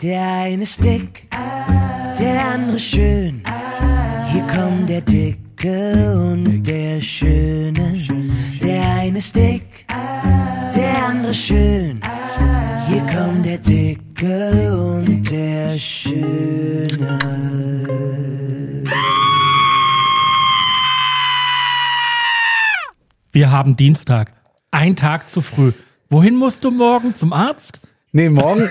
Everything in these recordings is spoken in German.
Der eine ist dick, der andere schön. Hier kommt der Dicke und der Schöne. Der eine ist dick, der andere schön. Hier kommt der Dicke und der Schöne. Wir haben Dienstag. Ein Tag zu früh. Wohin musst du morgen? Zum Arzt? Nee, morgen.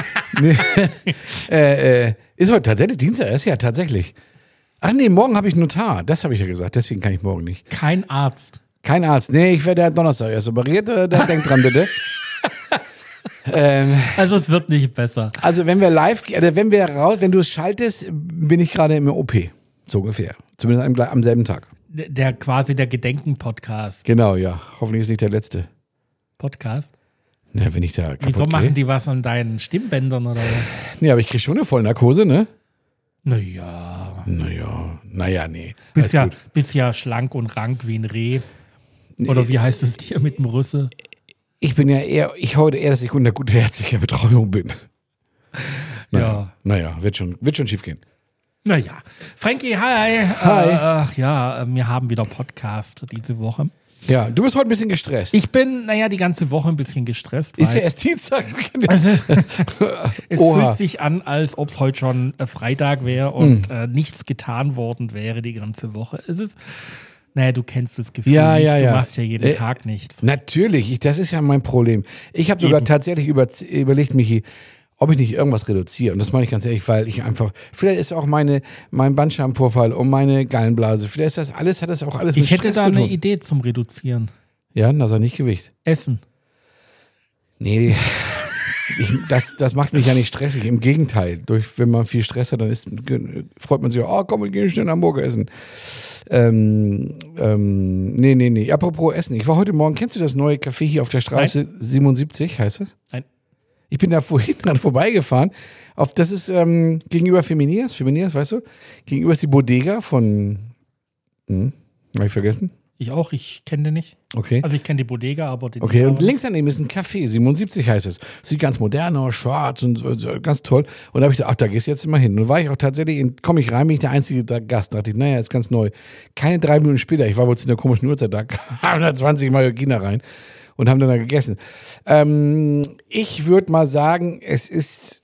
Ist heute tatsächlich Dienstag? Ist ja tatsächlich. Ach nee, morgen habe ich Notar. Das habe ich ja gesagt. Deswegen kann ich morgen nicht. Kein Arzt. Kein Arzt. Nee, ich werde Donnerstag erst operiert. Da denkt dran, bitte. Also es wird nicht besser. Also wenn wir live, wenn du es schaltest, bin ich gerade im OP. So ungefähr. Zumindest am selben Tag. Der Gedenken-Podcast. Genau, ja. Hoffentlich ist nicht der letzte. Podcast? Ja, wenn ich da kaputt Wieso machen gehe. die was an deinen Stimmbändern oder was? Nee, aber ich kriege schon eine Vollnarkose, ne? Naja. Naja, nee. Bist ja schlank und rank wie ein Reh. Oder wie heißt es dir mit dem Rüssel? Ich hoffe eher, dass ich unter gutherzlicher Betreuung bin. Naja, wird schon schief gehen. Naja. Frankie, hi. Hi. Wir haben wieder Podcast diese Woche. Ja, du bist heute ein bisschen gestresst. Ich bin, die ganze Woche ein bisschen gestresst. Ist ja erst Dienstag. Es fühlt sich an, als ob es heute schon Freitag wäre und nichts getan worden wäre die ganze Woche. Es ist, du kennst das Gefühl nicht. Du machst ja jeden Tag nichts. Natürlich, das ist ja mein Problem. Ich habe sogar tatsächlich überlegt, Michi, ob ich nicht irgendwas reduziere. Und das meine ich ganz ehrlich, weil ich einfach, vielleicht ist auch mein Bandscheibenvorfall und meine Gallenblase, vielleicht ist hat das auch alles mit Stress zu tun. Ich hätte da eine Idee zum Reduzieren. Ja, das ist nicht Gewicht. Essen. Nee, das macht mich ja nicht stressig. Im Gegenteil, wenn man viel Stress hat, dann freut man sich, komm, wir gehen schnell einen Hamburger essen. Nee. Apropos Essen, ich war heute Morgen, kennst du das neue Café hier auf der Straße 77, heißt das? Nein. Ich bin da vorhin dran vorbeigefahren. Das ist gegenüber Feminias, weißt du? Gegenüber ist die Bodega von. Habe ich vergessen? Ich auch, ich kenne den nicht. Okay. Also ich kenne die Bodega, aber den. Okay, und links daneben ist ein Café, 77 heißt es. Sieht ganz modern aus, schwarz und ganz toll. Und da habe ich gedacht, da gehst du jetzt mal hin. Und war ich auch tatsächlich, komme ich rein, bin ich der einzige Gast. Da dachte ich, ist ganz neu. Keine 3 Minuten später, ich war wohl zu einer komischen Uhrzeit, da kamen 120 Mallorquiner rein. Und haben dann da gegessen. Ich würde mal sagen, es ist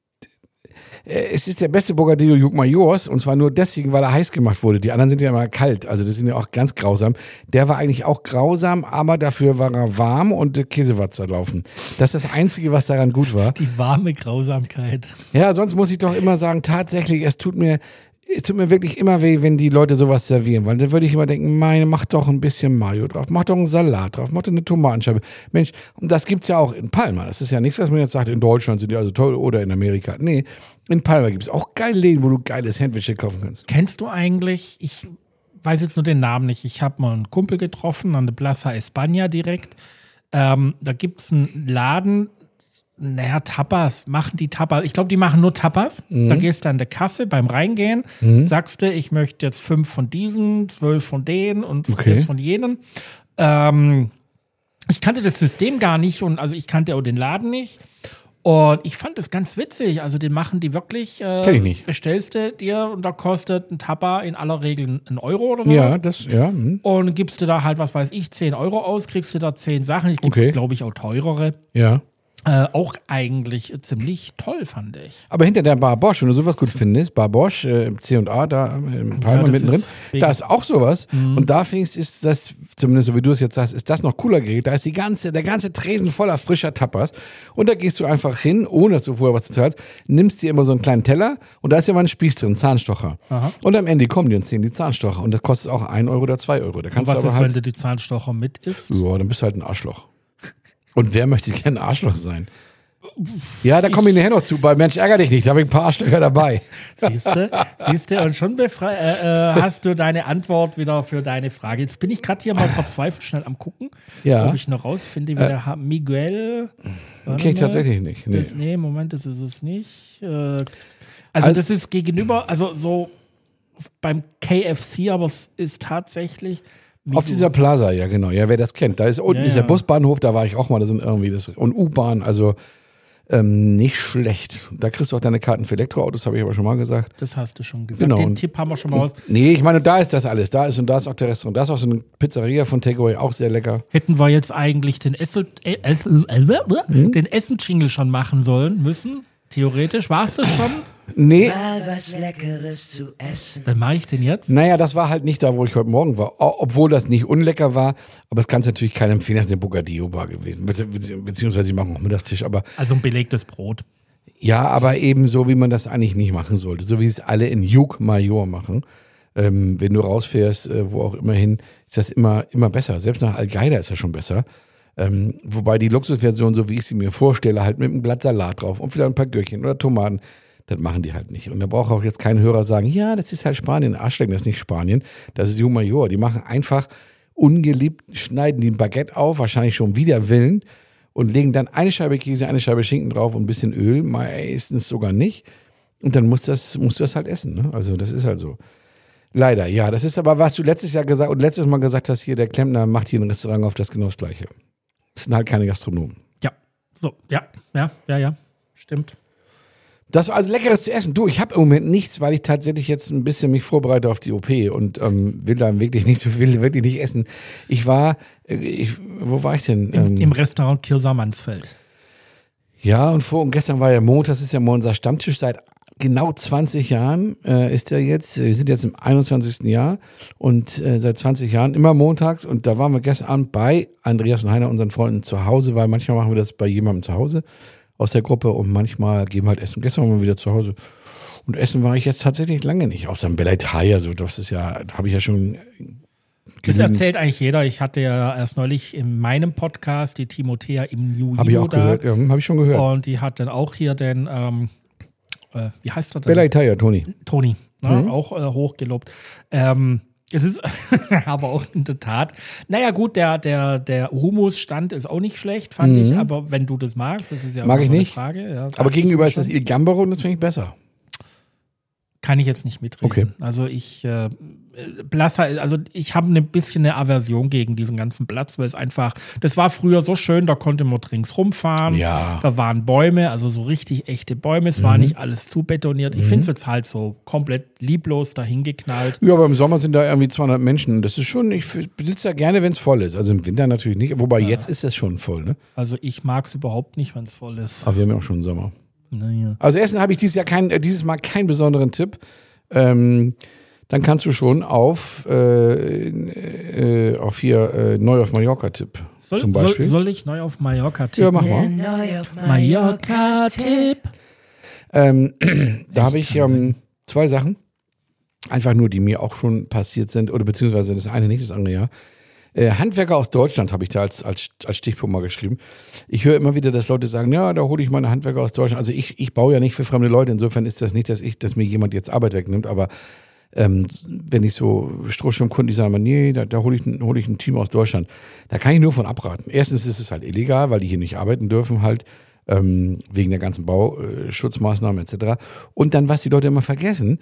der beste Bocadillo Juc Majors, und zwar nur deswegen, weil er heiß gemacht wurde. Die anderen sind ja immer kalt, also das sind ja auch ganz grausam. Der war eigentlich auch grausam, aber dafür war er warm und der Käse war zerlaufen. Das ist das Einzige, was daran gut war. Die warme Grausamkeit. Ja, sonst muss ich doch immer sagen, tatsächlich, es tut mir wirklich immer weh, wenn die Leute sowas servieren, weil dann würde ich immer denken, mach doch ein bisschen Mayo drauf, mach doch einen Salat drauf, mach doch eine Tomatenscheibe. Mensch, und das gibt's ja auch in Palma. Das ist ja nichts, was man jetzt sagt, in Deutschland sind die also toll oder in Amerika. Nee, in Palma gibt's auch geile Läden, wo du geile Sandwiches kaufen kannst. Kennst du eigentlich, ich weiß jetzt nur den Namen nicht, ich habe mal einen Kumpel getroffen an der Plaza España direkt. Da gibt's einen Laden, Tapas, machen die Tapas. Ich glaube, die machen nur Tapas. Da gehst du an der Kasse beim Reingehen, sagst du, ich möchte jetzt 5 von diesen, 12 von denen und 4 von jenen. Ich kannte das System gar nicht und ich kannte auch den Laden nicht. Und ich fand das ganz witzig. Also den machen die wirklich. Kenn ich nicht. Bestellst du dir und da kostet ein Tapa in aller Regel 1 Euro oder sowas. Ja. Und gibst du da halt, 10 Euro aus, kriegst du da 10 Sachen. Ich gebe, glaube ich, auch teurere. Ja. Auch eigentlich ziemlich toll, fand ich. Aber hinter der Bar Bosch, wenn du sowas gut findest, Bar Bosch, C&A, da im Palma mittendrin, da ist auch sowas. Und da ist das, zumindest so wie du es jetzt sagst, ist das noch cooler Gerät. Da ist der ganze Tresen voller frischer Tapas. Und da gehst du einfach hin, ohne dass du vorher was zu hast, nimmst dir immer so einen kleinen Teller und da ist ja mal ein Spieß drin, Zahnstocher. Aha. Und am Ende kommen die und ziehen die Zahnstocher. Und das kostet auch 1 Euro oder 2 Euro. Da kannst und was du aber ist, halt, wenn du die Zahnstocher mit isst? Ja, dann bist du halt ein Arschloch. Und wer möchte gerne ein Arschloch sein? Ja, da komme ich nachher noch zu. Bei Mensch, ärger dich nicht, da habe ich ein paar Arschlöcher dabei. Siehst du, und schon hast du deine Antwort wieder für deine Frage. Jetzt bin ich gerade hier mal verzweifelt schnell am gucken, ob ich noch rausfinde, wie der Miguel. Okay, tatsächlich nicht. Nee. Moment, das ist es nicht. Also das ist gegenüber, also so beim KFC, aber es ist tatsächlich... Auf dieser Plaza, ja genau. Ja, wer das kennt. Da ist unten ist der Busbahnhof, da war ich auch mal. Da sind irgendwie und U-Bahn, also Nicht schlecht. Da kriegst du auch deine Karten für Elektroautos, habe ich aber schon mal gesagt. Das hast du schon gesagt. Genau. Den Tipp haben wir schon mal raus. Nee, ich meine, da ist das alles. Da ist auch der Restaurant. Da ist auch so eine Pizzeria von Takeaway, auch sehr lecker. Hätten wir jetzt eigentlich den Essen-Jingle schon machen müssen. Theoretisch. Warst du schon? Nee. Mal was Leckeres zu essen. Dann mache ich den jetzt. Naja, das war halt nicht da, wo ich heute Morgen war. Obwohl das nicht unlecker war. Aber es kann es natürlich keinem empfehlen. Das ist eine Bocadillo-Bar gewesen. Beziehungsweise, die machen auch Mittagstisch. Aber Also ein belegtes Brot. ja, aber eben so, wie man das eigentlich nicht machen sollte. So wie es alle in Juk Major machen. Wenn du rausfährst, wo auch immer hin, ist das immer besser. Selbst nach Al-Qaida ist das schon besser. Wobei die Luxusversion, so wie ich sie mir vorstelle, halt mit einem Blatt Salat drauf und vielleicht ein paar Gürkchen oder Tomaten, das machen die halt nicht. Und da braucht auch jetzt kein Hörer sagen, ja, das ist halt Spanien, Arschlecken, das ist nicht Spanien, das ist Juk Major. Die machen einfach ungeliebt, schneiden die ein Baguette auf, wahrscheinlich schon wider Willen, und legen dann eine Scheibe Käse, eine Scheibe Schinken drauf und ein bisschen Öl, meistens sogar nicht. Und dann musst du das halt essen. Ne? Also das ist halt so. Leider, ja. Das ist aber, was du letztes Mal gesagt hast, hier, der Klempner macht hier ein Restaurant auf, das genau das Gleiche. Das sind halt keine Gastronomen. Ja. So, ja. Stimmt. Das war also Leckeres zu essen. Du, ich habe im Moment nichts, weil ich tatsächlich jetzt ein bisschen mich vorbereite auf die OP und will da wirklich nicht so viel, wirklich nicht essen. Wo war ich denn? Im Restaurant Kirsa-Mansfeld. Ja, und gestern war ja Montag, das ist ja unser Stammtisch seit genau 20 Jahren ist er jetzt. Wir sind jetzt im 21. Jahr und seit 20 Jahren immer montags. Und da waren wir gestern Abend bei Andreas und Heiner, unseren Freunden, zu Hause, weil manchmal machen wir das bei jemandem zu Hause aus der Gruppe und manchmal geben wir halt Essen. Gestern waren wir wieder zu Hause. Und essen war ich jetzt tatsächlich lange nicht, außer im Bella Italia. So, das ist ja, habe ich ja schon. Das erzählt eigentlich jeder. Ich hatte ja erst neulich in meinem Podcast die Timothea im New Year. Habe ich auch gehört, ja, habe ich schon gehört. Und die hat dann auch hier den, wie heißt er denn? Bella Italia, Toni. Ne? Auch hochgelobt. Es ist aber auch in der Tat, naja gut, der Humusstand ist auch nicht schlecht, fand ich, aber wenn du das magst, das ist ja Mag ich eine nicht. Frage. Ja, Aber gegenüber ist das Il Gambero und das finde ich besser. Kann ich jetzt nicht mitreden. Okay. Also ich habe ein bisschen eine Aversion gegen diesen ganzen Platz, weil es einfach, das war früher so schön, da konnte man ringsrum fahren, Ja. da waren Bäume, also so richtig echte Bäume, es war nicht alles zu betoniert. Ich finde es jetzt halt so komplett lieblos dahingeknallt. Ja, aber im Sommer sind da irgendwie 200 Menschen. Das ist schon, ich besitze da gerne, wenn es voll ist. Also im Winter natürlich nicht, wobei jetzt ist es schon voll, ne? Also ich mag es überhaupt nicht, wenn es voll ist. Aber wir haben ja auch schon Sommer. Naja. Also Essen habe ich dieses Mal keinen besonderen Tipp. Dann kannst du schon auf Neu auf Mallorca-Tipp zum Beispiel. Soll ich Neu auf Mallorca-Tipp? Ja, mach mal. Neu auf Mallorca-Tipp. Da habe ich 2 Sachen. Einfach nur, die mir auch schon passiert sind. Oder beziehungsweise das eine nicht, das andere ja. Handwerker aus Deutschland habe ich da als Stichpunkt mal geschrieben. Ich höre immer wieder, dass Leute sagen, ja, da hole ich meine Handwerker aus Deutschland. Also ich baue ja nicht für fremde Leute. Insofern ist das nicht, dass mir jemand jetzt Arbeit wegnimmt. Aber wenn ich so Strohschirmkunden, die sagen, nee, da hole ich ein Team aus Deutschland. Da kann ich nur von abraten. Erstens ist es halt illegal, weil die hier nicht arbeiten dürfen halt. Wegen der ganzen Bauschutzmaßnahmen etc. Und dann, was die Leute immer vergessen,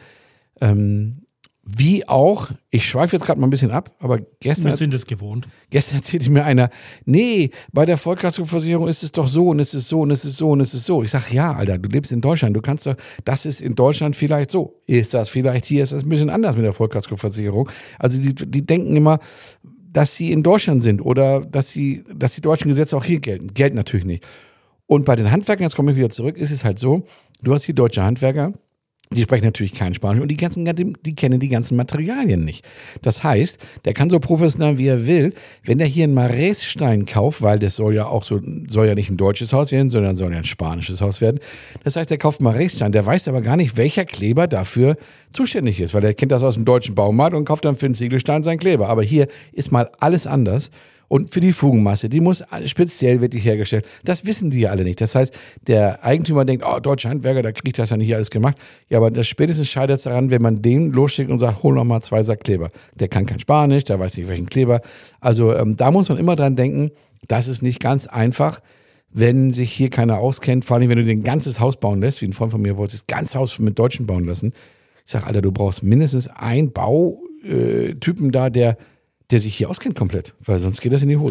wie auch, ich schweife jetzt gerade mal ein bisschen ab, aber Wir gestern sind es gewohnt. erzählte mir einer, nee, bei der Vollkaskoversicherung ist es doch so und es ist so und es ist so und es ist so. Ich sage, ja, Alter, du lebst in Deutschland, du kannst doch, das ist in Deutschland vielleicht so. Ist das vielleicht hier, ist das ein bisschen anders mit der Vollkaskoversicherung. Also die denken immer, dass sie in Deutschland sind oder dass die deutschen Gesetze auch hier gelten. Gelten natürlich nicht. Und bei den Handwerkern, jetzt komme ich wieder zurück, ist es halt so, du hast hier deutsche Handwerker, die sprechen natürlich kein Spanisch und die kennen die ganzen Materialien nicht. Das heißt, der kann so professionell wie er will, wenn der hier einen Maresstein kauft, weil das soll ja nicht ein deutsches Haus werden, sondern soll ja ein spanisches Haus werden. Das heißt, der kauft Maresstein, der weiß aber gar nicht, welcher Kleber dafür zuständig ist, weil der kennt das aus dem deutschen Baumarkt und kauft dann für den Ziegelstein seinen Kleber. Aber hier ist mal alles anders. Und für die Fugenmasse, die muss speziell wirklich hergestellt. Das wissen die ja alle nicht. Das heißt, der Eigentümer denkt, oh, deutsche Handwerker, da kriegt das ja nicht hier alles gemacht. Ja, aber das spätestens scheitert es daran, wenn man den losschickt und sagt, hol noch mal 2 Sack Kleber. Der kann kein Spanisch, der weiß nicht, welchen Kleber. Also da muss man immer dran denken, das ist nicht ganz einfach, wenn sich hier keiner auskennt. Vor allem, wenn du dir ein ganzes Haus bauen lässt, wie ein Freund von mir wollte, das ganze Haus mit Deutschen bauen lassen. Ich sag, Alter, du brauchst mindestens einen Bautypen da, der sich hier auskennt komplett, weil sonst geht das in die Hose.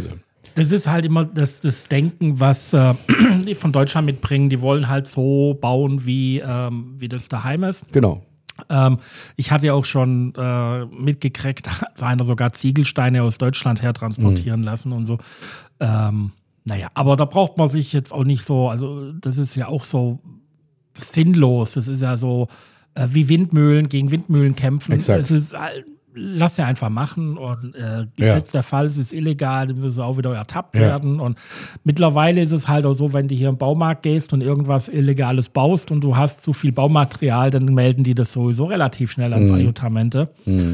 Das ist halt immer das Denken, was die von Deutschland mitbringen. Die wollen halt so bauen, wie das daheim ist. Genau. Ich hatte ja auch schon mitgekriegt, einer sogar Ziegelsteine aus Deutschland her transportieren lassen und so. Naja, aber da braucht man sich jetzt auch nicht so, also das ist ja auch so sinnlos. Das ist ja so wie Windmühlen gegen Windmühlen kämpfen. Exakt. Es ist, lass sie einfach machen und Gesetz der Fall, es ist illegal, dann wirst du auch wieder ertappt werden. Und mittlerweile ist es halt auch so, wenn du hier im Baumarkt gehst und irgendwas Illegales baust und du hast zu viel Baumaterial, dann melden die das sowieso relativ schnell ans Ayuntamiento.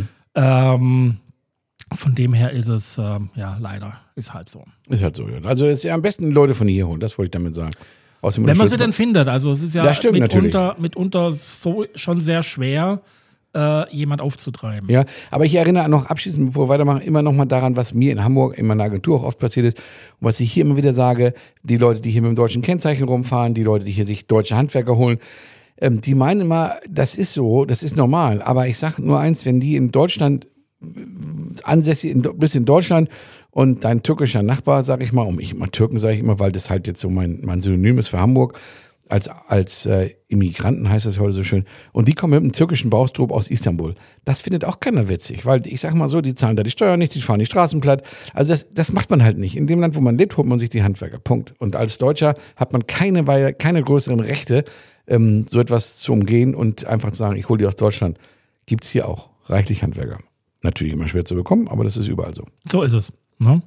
Von dem her ist es, leider, ist halt so. Ist halt so, ja. Also es ist ja am besten Leute von hier holen, das wollte ich damit sagen. Wenn man sie denn findet, also es ist ja das stimmt mitunter so schon sehr schwer, jemand aufzutreiben. Ja, aber ich erinnere noch abschließend, bevor wir weitermachen, immer noch mal daran, was mir in Hamburg in meiner Agentur auch oft passiert ist und was ich hier immer wieder sage, die Leute, die hier mit dem deutschen Kennzeichen rumfahren, die Leute, die hier sich deutsche Handwerker holen, die meinen immer, das ist so, das ist normal, aber ich sage nur eins, wenn die in Deutschland ansässig bist in Deutschland und dein türkischer Nachbar, sage ich mal, Türken sage ich immer, weil das halt jetzt so mein Synonym ist für Hamburg, als Immigranten heißt das heute so schön, und die kommen mit einem türkischen Baustrupp aus Istanbul. Das findet auch keiner witzig, weil ich sag mal so, die zahlen da die Steuern nicht, die fahren die Straßen platt. Also das macht man halt nicht. In dem Land, wo man lebt, holt man sich die Handwerker. Punkt. Und als Deutscher hat man keine größeren Rechte, so etwas zu umgehen und einfach zu sagen, ich hole die aus Deutschland. Gibt's hier auch reichlich Handwerker. Natürlich immer schwer zu bekommen, aber das ist überall so. So ist es. Ne?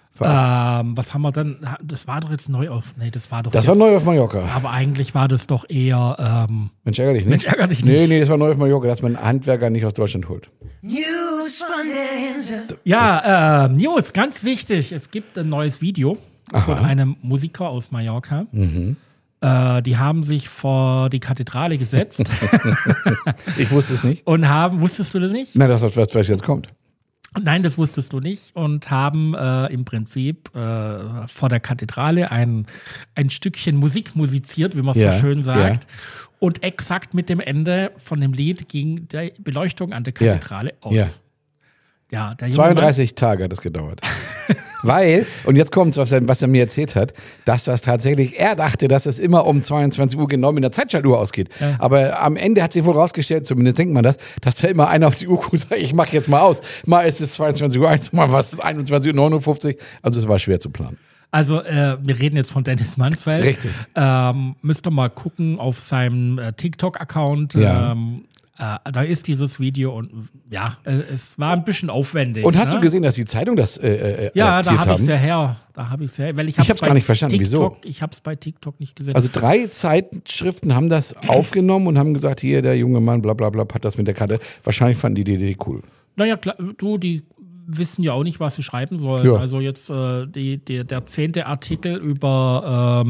Was haben wir denn? Das war doch jetzt neu auf. Nee, das war neu auf Mallorca. Aber eigentlich war das doch eher. Mensch, ärger dich nicht. Mensch, ärger dich nicht. Nee, das war neu auf Mallorca, dass man Handwerker nicht aus Deutschland holt. News von der Insel. Ja, News, ganz wichtig. Es gibt ein neues Video von einem Musiker aus Mallorca. Die haben sich vor die Kathedrale gesetzt. Ich wusste es nicht. Und wusstest du das nicht? Nein, das was jetzt kommt. Nein, das wusstest du nicht und haben im Prinzip vor der Kathedrale ein Stückchen Musik musiziert, wie man so schön sagt. Und exakt mit dem Ende von dem Lied ging die Beleuchtung an der Kathedrale aus. Ja, der 32 Tage hat es gedauert. Weil, und jetzt kommt was er mir erzählt hat, dass das tatsächlich, er dachte, dass es immer um 22 Uhr genau mit der Zeitschaltuhr ausgeht. Ja. Aber am Ende hat sich wohl rausgestellt, zumindest denkt man das, dass da immer einer auf die Uhr guckt und sagt, ich mache jetzt mal aus. Mal ist es 22:01 Uhr, mal was 21:59 Uhr. Also es war schwer zu planen. Also wir reden jetzt von Dennis Mansfeld. Richtig. Müsst ihr mal gucken auf seinem TikTok-Account. Ja. Da ist dieses Video und es war ein bisschen aufwendig. Und hast du gesehen, dass die Zeitung das ja, da habe ich es ja her. Weil ich habe es gar nicht verstanden, wieso? Ich habe es bei TikTok nicht gesehen. Also 3 Zeitschriften haben das aufgenommen und haben gesagt, hier, der junge Mann, bla bla bla, hat das mit der Karte. Wahrscheinlich fanden die Idee cool. Naja, klar, die wissen ja auch nicht, was sie schreiben sollen. Ja. Also jetzt der 10. Artikel über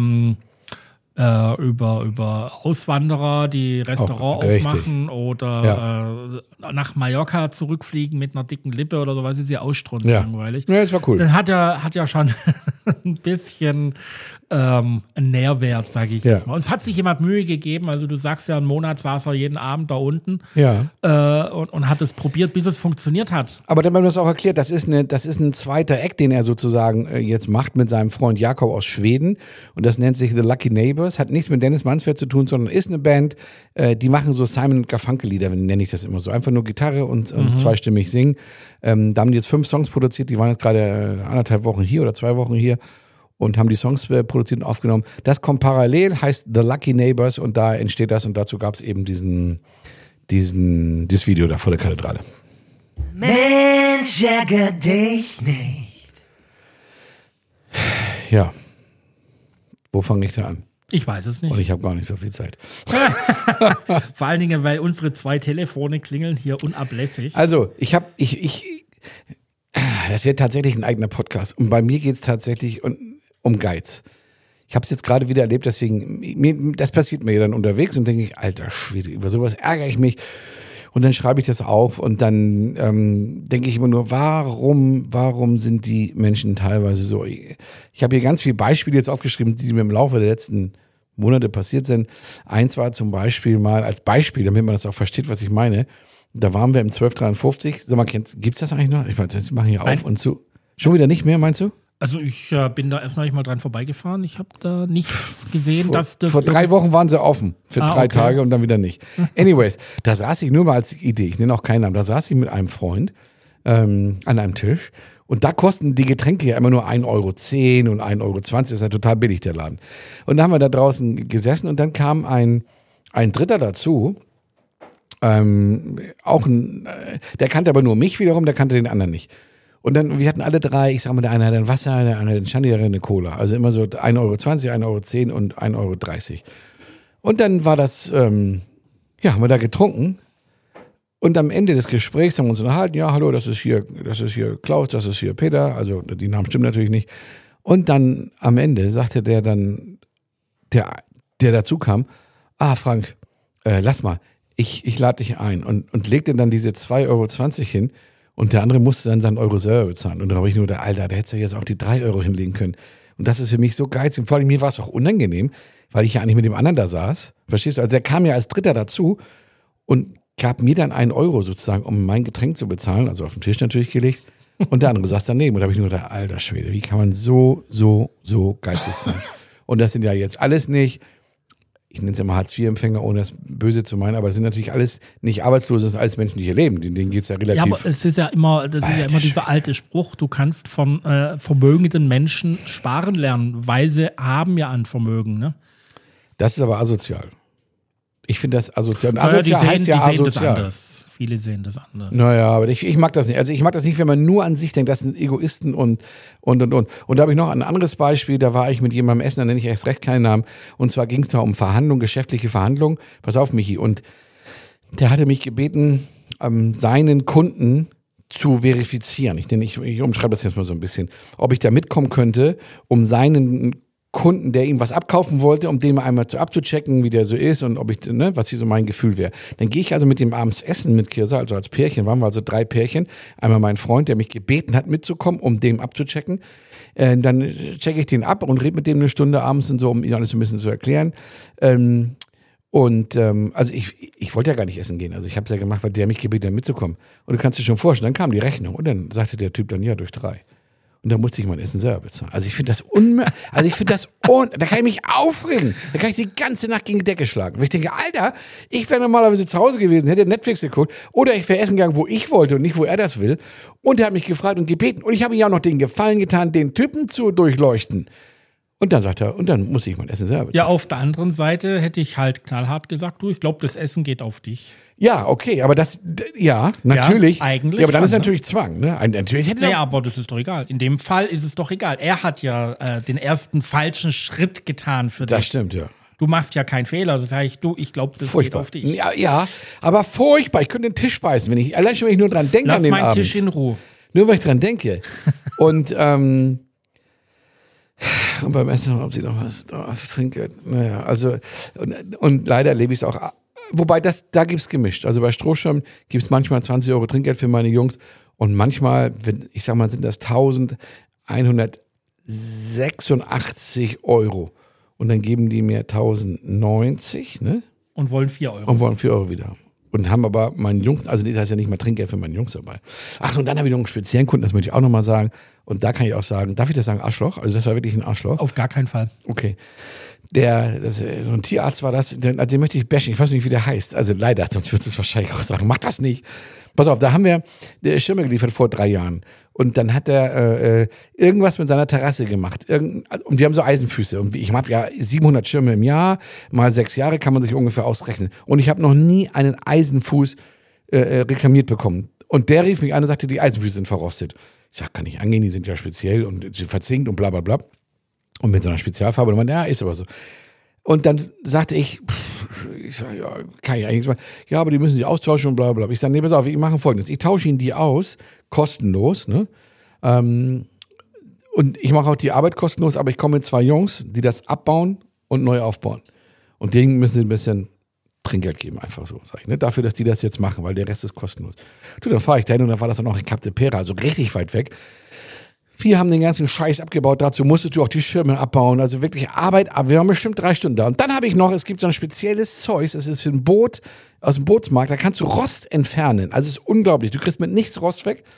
Auswanderer, die Restaurant aufmachen oder nach Mallorca zurückfliegen mit einer dicken Lippe oder so, was ist ja ausstrunzlangweilig. Ja, das war cool. Dann hat ja schon ein bisschen einen Nährwert, sage ich jetzt mal. Und es hat sich jemand Mühe gegeben, also du sagst ja, einen Monat saß er jeden Abend da unten und hat es probiert, bis es funktioniert hat. Aber dann haben wir das auch erklärt, das ist ein zweiter Act, den er sozusagen jetzt macht mit seinem Freund Jakob aus Schweden und das nennt sich The Lucky Neighbors, hat nichts mit Dennis Mansfeld zu tun, sondern ist eine Band, die machen so Simon & Garfunkel-Lieder, nenne ich das immer so, einfach nur Gitarre und zweistimmig singen. Da haben die jetzt 5 Songs produziert, die waren jetzt gerade 1,5 Wochen hier oder 2 Wochen hier und haben die Songs produziert und aufgenommen. Das kommt parallel, heißt The Lucky Neighbors und da entsteht das und dazu gab es eben dieses Video da vor der Kathedrale. Mensch, ärger dich nicht. Ja. Wo fange ich da an? Ich weiß es nicht. Und ich habe gar nicht so viel Zeit. Vor allen Dingen, weil unsere 2 Telefone klingeln hier unablässig. Also, das wird tatsächlich ein eigener Podcast. Und bei mir geht es tatsächlich um Geiz. Ich habe es jetzt gerade wieder erlebt, deswegen, das passiert mir dann unterwegs und denke ich, alter Schwede, über sowas ärgere ich mich. Und dann schreibe ich das auf und dann denke ich immer nur, warum sind die Menschen teilweise so? Ich habe hier ganz viele Beispiele jetzt aufgeschrieben, die mir im Laufe der letzten Monate passiert sind. Eins war zum Beispiel mal als Beispiel, damit man das auch versteht, was ich meine. Da waren wir im 1253. Sag mal, gibt's das eigentlich noch? Ich meine, das machen hier auf und zu. Schon wieder nicht mehr, meinst du? Also ich bin da erst noch nicht mal dran vorbeigefahren. Ich habe da nichts gesehen, dass das... Vor 3 Wochen waren sie offen für 3 Tage und dann wieder nicht. Anyways, da saß ich nur mal als Idee, ich nenne auch keinen Namen, da saß ich mit einem Freund an einem Tisch und da kosten die Getränke ja immer nur 1,10 € und 1,20 €. Das ist ja total billig, der Laden. Und da haben wir da draußen gesessen und dann kam ein Dritter dazu, auch der kannte aber nur mich wiederum, der kannte den anderen nicht. Und dann, wir hatten alle 3, ich sag mal, der eine hat ein Wasser, der andere hat ein Shandy, der andere eine Cola. Also immer so 1,20 €, 1,10 € und 1,30 €. Und dann war das, haben wir da getrunken. Und am Ende des Gesprächs haben wir uns unterhalten, ja, hallo, das ist hier Klaus, das ist hier Peter. Also die Namen stimmen natürlich nicht. Und dann am Ende sagte der dann, der dazu kam, Frank, lass mal, ich lade dich ein. Und legte dann diese 2,20 € hin. Und der andere musste dann seinen Euro selber bezahlen. Und da habe ich nur gedacht, Alter, da hättest du jetzt auch die 3 € hinlegen können. Und das ist für mich so geizig. Und vor allem mir war es auch unangenehm, weil ich ja eigentlich mit dem anderen da saß. Verstehst du? Also der kam ja als Dritter dazu und gab mir dann 1 € sozusagen, um mein Getränk zu bezahlen. Also auf den Tisch natürlich gelegt. Und der andere saß daneben. Und da habe ich nur gedacht, alter Schwede, wie kann man so geizig sein? Und das sind ja jetzt alles nicht... Ich nenne es ja mal Hartz-IV-Empfänger, ohne das Böse zu meinen, aber das sind natürlich alles nicht Arbeitslose, das sind alles Menschen, die hier leben. Denen geht es ja relativ... Ja, aber es ist ja immer, dieser alte Spruch, du kannst von vermögenden Menschen sparen lernen, weil sie haben ja ein Vermögen, ne? Das ist aber asozial. Ich finde das asozial. Und asozial heißt ja asozial. Viele sehen das anders. Naja, aber ich mag das nicht. Also ich mag das nicht, wenn man nur an sich denkt, das sind Egoisten und. Und da habe ich noch ein anderes Beispiel, da war ich mit jemandem essen, da nenne ich erst recht keinen Namen. Und zwar ging es da um Verhandlungen, geschäftliche Verhandlungen. Pass auf, Michi. Und der hatte mich gebeten, seinen Kunden zu verifizieren. Ich umschreibe das jetzt mal so ein bisschen. Ob ich da mitkommen könnte, um seinen Kunden, der ihm was abkaufen wollte, um den mal einmal abzuchecken, wie der so ist und ob ich, was hier so mein Gefühl wäre. Dann gehe ich also mit dem abends essen mit Kirsa, also als Pärchen, waren wir also 3 Pärchen. Einmal mein Freund, der mich gebeten hat mitzukommen, um dem abzuchecken. Dann checke ich den ab und rede mit dem eine Stunde abends und so, um ihm alles so ein bisschen zu erklären. Also ich wollte ja gar nicht essen gehen. Also ich habe es ja gemacht, weil der mich gebeten hat mitzukommen. Und du kannst dir schon vorstellen, dann kam die Rechnung und dann sagte der Typ dann, ja, durch 3. Und da musste ich mein Essen selber bezahlen. Also ich finde das da kann ich mich aufregen. Da kann ich die ganze Nacht gegen die Decke schlagen. Weil ich denke, Alter, ich wäre normalerweise zu Hause gewesen, hätte Netflix geguckt oder ich wäre essen gegangen, wo ich wollte und nicht, wo er das will. Und er hat mich gefragt und gebeten. Und ich habe ihm ja auch noch den Gefallen getan, den Typen zu durchleuchten. Und dann sagt er, und dann muss ich mein Essen selber bezahlen. Ja, auf der anderen Seite hätte ich halt knallhart gesagt, du, ich glaube, das Essen geht auf dich. Ja, okay, aber natürlich. Ja, eigentlich. Ja, aber dann schon, ist natürlich Zwang, ne? Natürlich hätte ja, aber das ist doch egal. In dem Fall ist es doch egal. Er hat ja den ersten falschen Schritt getan für dich. Das stimmt, ja. Du machst ja keinen Fehler. Also sage ich glaube, das furchtbar. Geht auf dich. Ja, aber furchtbar. Ich könnte den Tisch beißen, allein schon, wenn ich nur dran denke an den Abend. Lass meinen Tisch in Ruhe. Nur, weil ich dran denke. Und beim Essen, ob sie noch was trinken. Naja, also, und leider erlebe ich es auch. Wobei, da gibt es gemischt. Also bei Strohschirm gibt es manchmal 20 € Trinkgeld für meine Jungs. Und manchmal, ich sag mal, sind das 1186 €. Und dann geben die mir 1090, ne? Und wollen 4 €. Und wollen 4 € wieder haben. Und haben aber meinen Jungs, also das heißt ja nicht mal Trinkgeld für meine Jungs dabei. Ach, und dann habe ich noch einen speziellen Kunden, das möchte ich auch nochmal sagen. Und da kann ich auch sagen, darf ich das sagen, Arschloch? Also das war wirklich ein Arschloch. Auf gar keinen Fall. Okay. So ein Tierarzt war das, den möchte ich bashen, ich weiß nicht, wie der heißt. Also leider, sonst würdest du es wahrscheinlich auch sagen, mach das nicht. Pass auf, da haben wir Schirme geliefert vor 3 Jahren. Und dann hat er irgendwas mit seiner Terrasse gemacht. Und wir haben so Eisenfüße. Und ich habe ja 700 Schirme im Jahr, mal 6 Jahre kann man sich ungefähr ausrechnen. Und ich habe noch nie einen Eisenfuß reklamiert bekommen. Und der rief mich an und sagte, die Eisenfüße sind verrostet. Ich sag, kann nicht angehen, die sind ja speziell und sie verzinkt und bla bla bla. Und mit so einer Spezialfarbe. Und man, ja, ist aber so. Und dann sagte ich sag, ja, kann ich eigentlich mal. Ja, aber die müssen die austauschen und bla bla bla. Ich sage, nee, pass auf, ich mache Folgendes. Ich tausche ihnen die aus, kostenlos, ne? Und ich mache auch die Arbeit kostenlos, aber ich komme mit 2 Jungs, die das abbauen und neu aufbauen. Und denen müssen sie ein bisschen Trinkgeld geben, einfach so, sag ich, ne? Dafür, dass die das jetzt machen, weil der Rest ist kostenlos. Du, dann fahre ich dahin und dann war das dann auch in Capdepera, also richtig weit weg. Wir haben den ganzen Scheiß abgebaut, dazu musstest du auch die Schirme abbauen, also wirklich Arbeit, aber wir waren bestimmt 3 Stunden da. Und dann habe ich noch, es gibt so ein spezielles Zeug, das ist für ein Boot, aus dem Bootsmarkt, da kannst du Rost entfernen, also es ist unglaublich, du kriegst mit nichts Rost weg.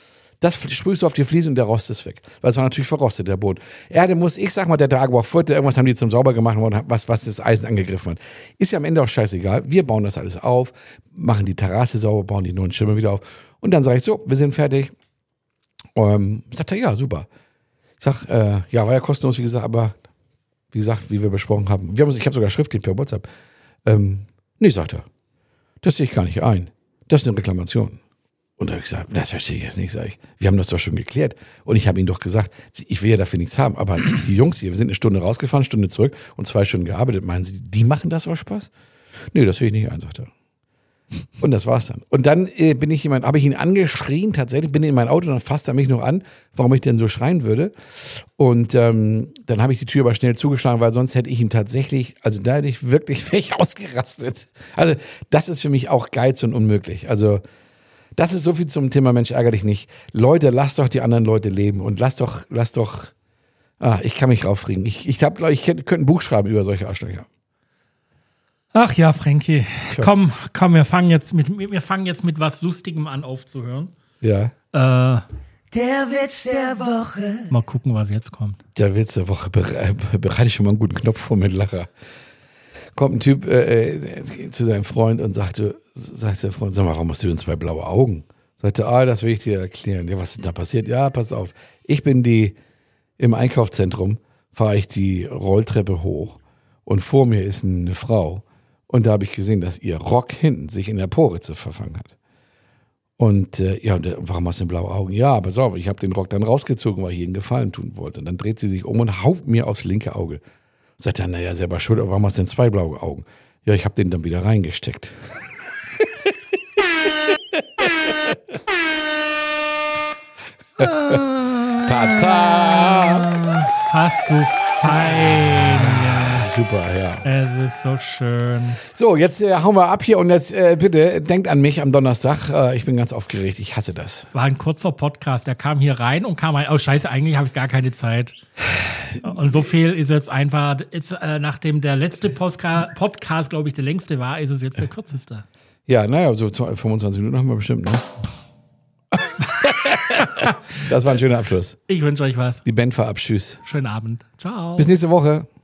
Das sprühst du auf die Fliese und der Rost ist weg. Weil es war natürlich verrostet, der Boden. Ich sag mal, der Tagebau Furte, irgendwas haben die zum sauber gemacht, was das Eisen angegriffen hat. Ist ja am Ende auch scheißegal. Wir bauen das alles auf, machen die Terrasse sauber, bauen die neuen Schirme wieder auf. Und dann sage ich so, wir sind fertig. Sagt er, ja, super. Ich sag, ja, war ja kostenlos, wie gesagt, aber wie gesagt, wie wir besprochen haben. Ich habe sogar schriftlich per WhatsApp. Nee, sagt er. Das sehe ich gar nicht ein. Das ist eine Reklamation. Und da habe ich gesagt, das verstehe ich jetzt nicht, sage ich. Wir haben das doch schon geklärt. Und ich habe ihm doch gesagt, ich will ja dafür nichts haben. Aber die Jungs hier, wir sind eine Stunde rausgefahren, eine Stunde zurück und 2 Stunden gearbeitet. Meinen Sie, die machen das aus Spaß? Nee, das sehe ich nicht ein, sagt er. Und das war's dann. Und dann habe ich ihn angeschrien, tatsächlich, bin in mein Auto und dann fasst er mich noch an, warum ich denn so schreien würde. Und dann habe ich die Tür aber schnell zugeschlagen, weil sonst hätte ich ihm tatsächlich, also da hätte ich wirklich ausgerastet. Also das ist für mich auch Geiz und unmöglich. Also das ist so viel zum Thema Mensch, ärgere dich nicht. Leute, lasst doch die anderen Leute leben und lasst doch, ich kann mich raufregen. Ich könnte ein Buch schreiben über solche Arschlöcher. Ach ja, Frankie. Komm, wir fangen jetzt mit was Lustigem an aufzuhören. Ja. Der Witz der Woche. Mal gucken, was jetzt kommt. Der Witz der Woche. Bereite ich schon mal einen guten Knopf vor mit Lacher. Kommt ein Typ zu seinem Freund und sagt der Freund, sag mal, warum hast du denn 2 blaue Augen? Sagt er, das will ich dir erklären. Ja, was ist denn da passiert? Ja, pass auf. Ich bin im Einkaufszentrum, fahre ich die Rolltreppe hoch und vor mir ist eine Frau. Und da habe ich gesehen, dass ihr Rock hinten sich in der Poritze verfangen hat. Und warum hast du denn blaue Augen? Ja, pass auf, ich habe den Rock dann rausgezogen, weil ich ihr einen Gefallen tun wollte. Und dann dreht sie sich um und haut mir aufs linke Auge. Sagt er, naja, selber schuld, aber warum hast du denn 2 blaue Augen? Ja, ich habe den dann wieder reingesteckt. Tata! Hast du fein. Super, ja. Es ist so schön. So, jetzt hauen wir ab hier und jetzt bitte denkt an mich am Donnerstag. Ich bin ganz aufgeregt, ich hasse das. War ein kurzer Podcast, der kam hier rein und kam rein. Oh scheiße, eigentlich habe ich gar keine Zeit. Und so viel ist jetzt einfach, nachdem der letzte Podcast, glaube ich, der längste war, ist es jetzt der kürzeste. Ja, naja, so 25 Minuten haben wir bestimmt, ne? Das war ein schöner Abschluss. Ich wünsche euch was. Die Band verabschießt. Schönen Abend. Ciao. Bis nächste Woche.